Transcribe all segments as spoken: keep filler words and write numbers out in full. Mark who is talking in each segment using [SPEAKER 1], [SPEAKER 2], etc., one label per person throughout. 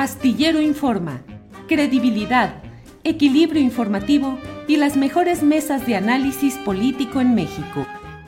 [SPEAKER 1] Astillero Informa, credibilidad, equilibrio informativo y las mejores mesas de análisis político en México.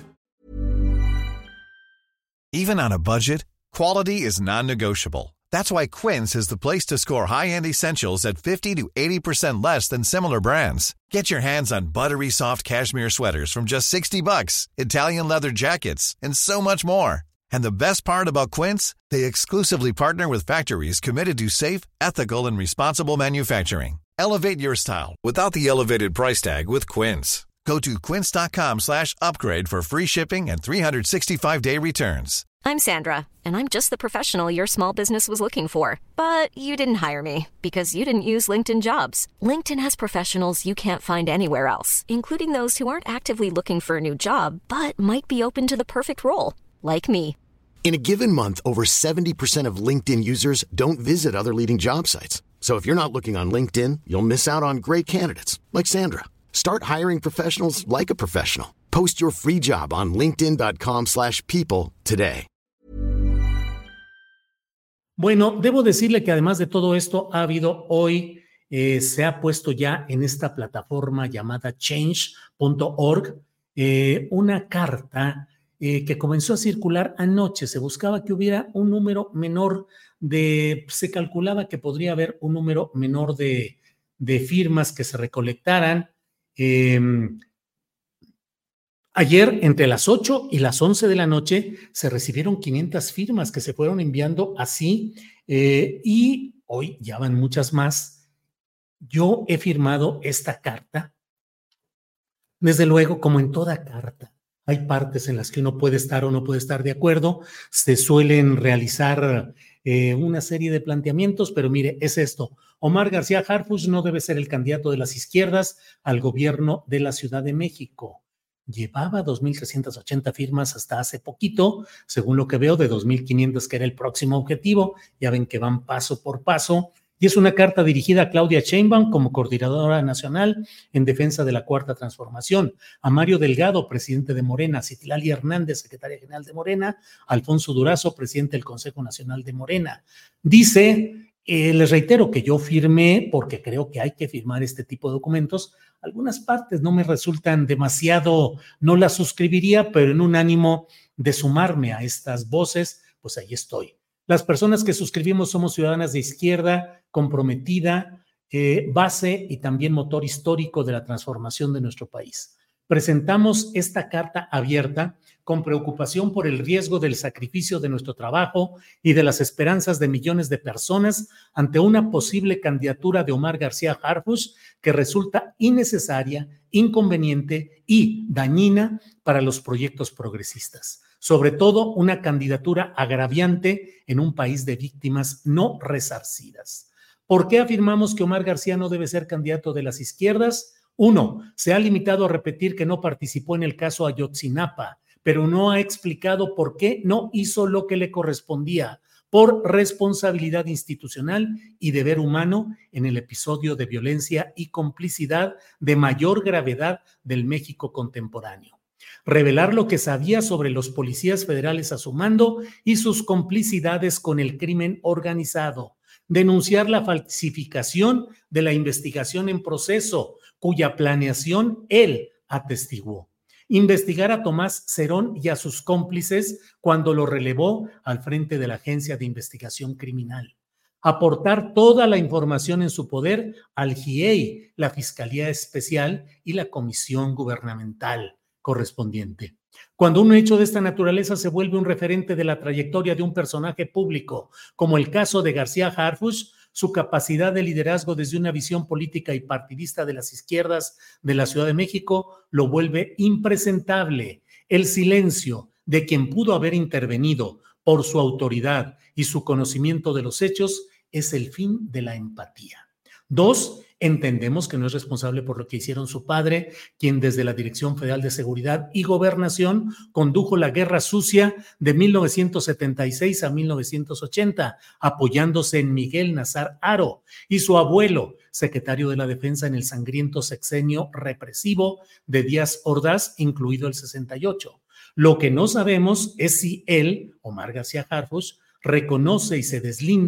[SPEAKER 2] Even on a budget, quality is non-negotiable. That's why Quince is the place to score high-end essentials at fifty to eighty percent less than similar brands. Get your hands on buttery soft cashmere sweaters from just sixty bucks, Italian leather jackets, and so much more. And the best part about Quince, they exclusively partner with factories committed to safe, ethical, and responsible manufacturing. Elevate your style without the elevated price tag with Quince. Go to quince.com slash upgrade for free shipping and three sixty-five day returns.
[SPEAKER 3] I'm Sandra, and I'm just the professional your small business was looking for. But you didn't hire me because you didn't use LinkedIn Jobs. LinkedIn has professionals you can't find anywhere else, including those who aren't actively looking for a new job, but might be open to the perfect role, like me.
[SPEAKER 4] In a given month, over seventy percent of LinkedIn users don't visit other leading job sites. So if you're not looking on LinkedIn, you'll miss out on great candidates like Sandra. Start hiring professionals like a professional. Post your free job on linkedin.com slash people today.
[SPEAKER 5] Bueno, debo decirle que además de todo esto, ha habido hoy, eh, se ha puesto ya en esta plataforma llamada change punto org eh, una carta eh, que comenzó a circular anoche. Se buscaba que hubiera un número menor de, se calculaba que podría haber un número menor de, de firmas que se recolectaran. Eh, Ayer, entre las ocho y las once de la noche, se recibieron quinientas firmas que se fueron enviando así eh, y hoy ya van muchas más. Yo he firmado esta carta. Desde luego, como en toda carta, hay partes en las que uno puede estar o no puede estar de acuerdo. Se suelen realizar eh, una serie de planteamientos, pero mire, es esto. Omar García Harfuch no debe ser el candidato de las izquierdas al gobierno de la Ciudad de México. Llevaba dos mil trescientas ochenta firmas hasta hace poquito, según lo que veo, de dos mil quinientas, que era el próximo objetivo. Ya ven que van paso por paso. Y es una carta dirigida a Claudia Sheinbaum como coordinadora nacional en defensa de la Cuarta Transformación, a Mario Delgado, presidente de Morena, a Citlali Hernández, secretaria general de Morena, a Alfonso Durazo, presidente del Consejo Nacional de Morena. Dice, eh, les reitero que yo firmé porque creo que hay que firmar este tipo de documentos. Algunas partes no me resultan demasiado, no las suscribiría, pero en un ánimo de sumarme a estas voces, pues ahí estoy. Las personas que suscribimos somos ciudadanas de izquierda, comprometida, eh, base y también motor histórico de la transformación de nuestro país. Presentamos esta carta abierta con preocupación por el riesgo del sacrificio de nuestro trabajo y de las esperanzas de millones de personas ante una posible candidatura de Omar García Harfuch que resulta innecesaria, inconveniente y dañina para los proyectos progresistas. Sobre todo, una candidatura agraviante en un país de víctimas no resarcidas. ¿Por qué afirmamos que Omar García no debe ser candidato de las izquierdas? Uno, se ha limitado a repetir que no participó en el caso Ayotzinapa, pero no ha explicado por qué no hizo lo que le correspondía por responsabilidad institucional y deber humano en el episodio de violencia y complicidad de mayor gravedad del México contemporáneo. Revelar lo que sabía sobre los policías federales a su mando y sus complicidades con el crimen organizado. Denunciar la falsificación de la investigación en proceso, cuya planeación él atestiguó. Investigar a Tomás Cerón y a sus cómplices cuando lo relevó al frente de la Agencia de Investigación Criminal. Aportar toda la información en su poder al G I E I, la Fiscalía Especial y la Comisión Gubernamental correspondiente. Cuando un hecho de esta naturaleza se vuelve un referente de la trayectoria de un personaje público, como el caso de García Harfuch, su capacidad de liderazgo desde una visión política y partidista de las izquierdas de la Ciudad de México lo vuelve impresentable. El silencio de quien pudo haber intervenido por su autoridad y su conocimiento de los hechos es el fin de la empatía. Dos, entendemos que no es responsable por lo que hicieron su padre, quien desde la Dirección Federal de Seguridad y Gobernación condujo la Guerra Sucia de mil novecientos setenta y seis a mil novecientos ochenta, apoyándose en Miguel Nazar Haro, y su abuelo, secretario de la Defensa en el sangriento sexenio represivo de Díaz Ordaz, incluido el sesenta y ocho. Lo que no sabemos es si él, Omar García Harfuch, reconoce y se deslinda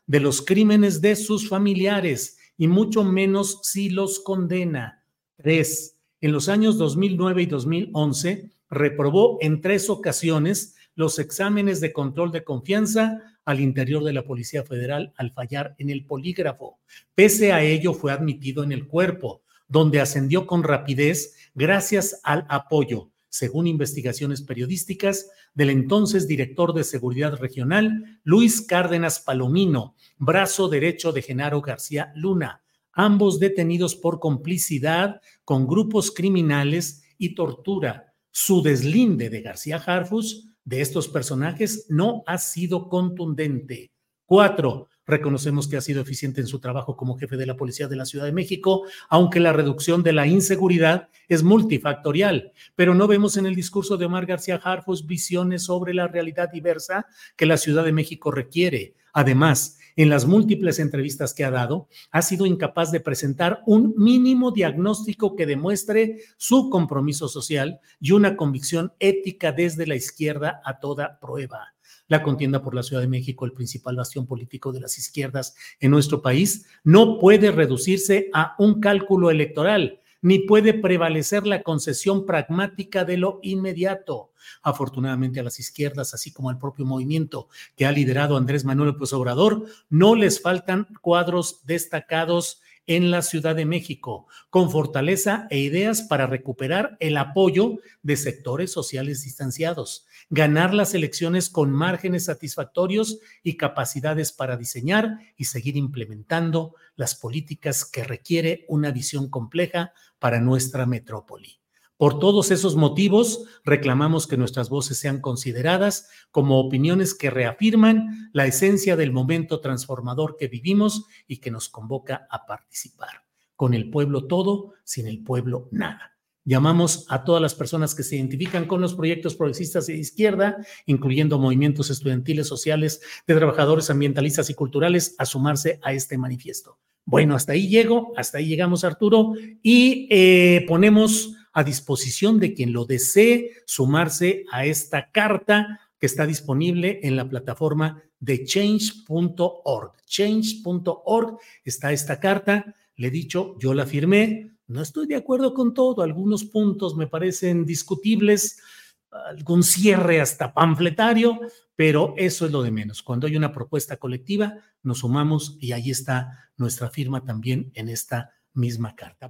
[SPEAKER 5] de los crímenes de sus familiares y mucho menos si los condena. Tres, en los años dos mil nueve y dos mil once reprobó en tres ocasiones los exámenes de control de confianza al interior de la Policía Federal al fallar en el polígrafo. Pese a ello, fue admitido en el cuerpo, donde ascendió con rapidez gracias al apoyo, según investigaciones periodísticas, del entonces director de Seguridad Regional, Luis Cárdenas Palomino, brazo derecho de Genaro García Luna, ambos detenidos por complicidad con grupos criminales y tortura. Su deslinde de García Harfuch de estos personajes no ha sido contundente. Cuatro, reconocemos que ha sido eficiente en su trabajo como jefe de la Policía de la Ciudad de México, aunque la reducción de la inseguridad es multifactorial, pero no vemos en el discurso de Omar García Harfuch visiones sobre la realidad diversa que la Ciudad de México requiere. Además, en las múltiples entrevistas que ha dado, ha sido incapaz de presentar un mínimo diagnóstico que demuestre su compromiso social y una convicción ética desde la izquierda a toda prueba. La contienda por la Ciudad de México, el principal bastión político de las izquierdas en nuestro país, no puede reducirse a un cálculo electoral, ni puede prevalecer la concesión pragmática de lo inmediato. Afortunadamente a las izquierdas, así como al propio movimiento que ha liderado Andrés Manuel López Obrador, no les faltan cuadros destacados en la Ciudad de México, con fortaleza e ideas para recuperar el apoyo de sectores sociales distanciados, ganar las elecciones con márgenes satisfactorios y capacidades para diseñar y seguir implementando las políticas que requiere una visión compleja para nuestra metrópoli. Por todos esos motivos, reclamamos que nuestras voces sean consideradas como opiniones que reafirman la esencia del momento transformador que vivimos y que nos convoca a participar. Con el pueblo todo, sin el pueblo nada. Llamamos a todas las personas que se identifican con los proyectos progresistas de izquierda, incluyendo movimientos estudiantiles, sociales, de trabajadores ambientalistas y culturales, a sumarse a este manifiesto. Bueno, hasta ahí llego, hasta ahí llegamos, Arturo, y eh, ponemos a disposición de quien lo desee sumarse a esta carta que está disponible en la plataforma de change punto org. change punto org está esta carta. Le he dicho, yo la firmé. No estoy de acuerdo con todo. Algunos puntos me parecen discutibles, algún cierre hasta panfletario, pero eso es lo de menos. Cuando hay una propuesta colectiva, nos sumamos y ahí está nuestra firma también en esta misma carta.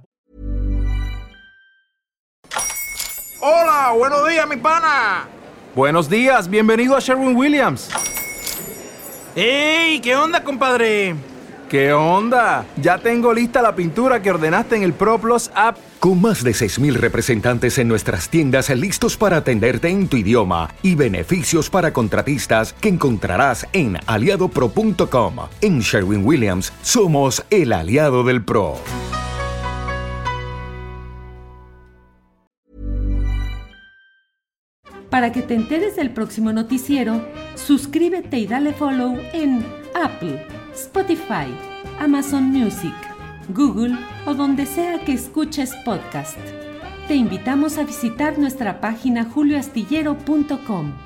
[SPEAKER 6] Hola, buenos días, mi pana.
[SPEAKER 7] Buenos días, bienvenido a Sherwin-Williams.
[SPEAKER 6] ¡Ey! ¿Qué onda, compadre?
[SPEAKER 7] ¿Qué onda? Ya tengo lista la pintura que ordenaste en el ProPlus app.
[SPEAKER 8] Con más de seis mil representantes en nuestras tiendas listos para atenderte en tu idioma y beneficios para contratistas que encontrarás en aliado pro punto com. En Sherwin-Williams somos el aliado del pro.
[SPEAKER 1] Para que te enteres del próximo noticiero, suscríbete y dale follow en Apple, Spotify, Amazon Music, Google o donde sea que escuches podcast. Te invitamos a visitar nuestra página julio astillero punto com.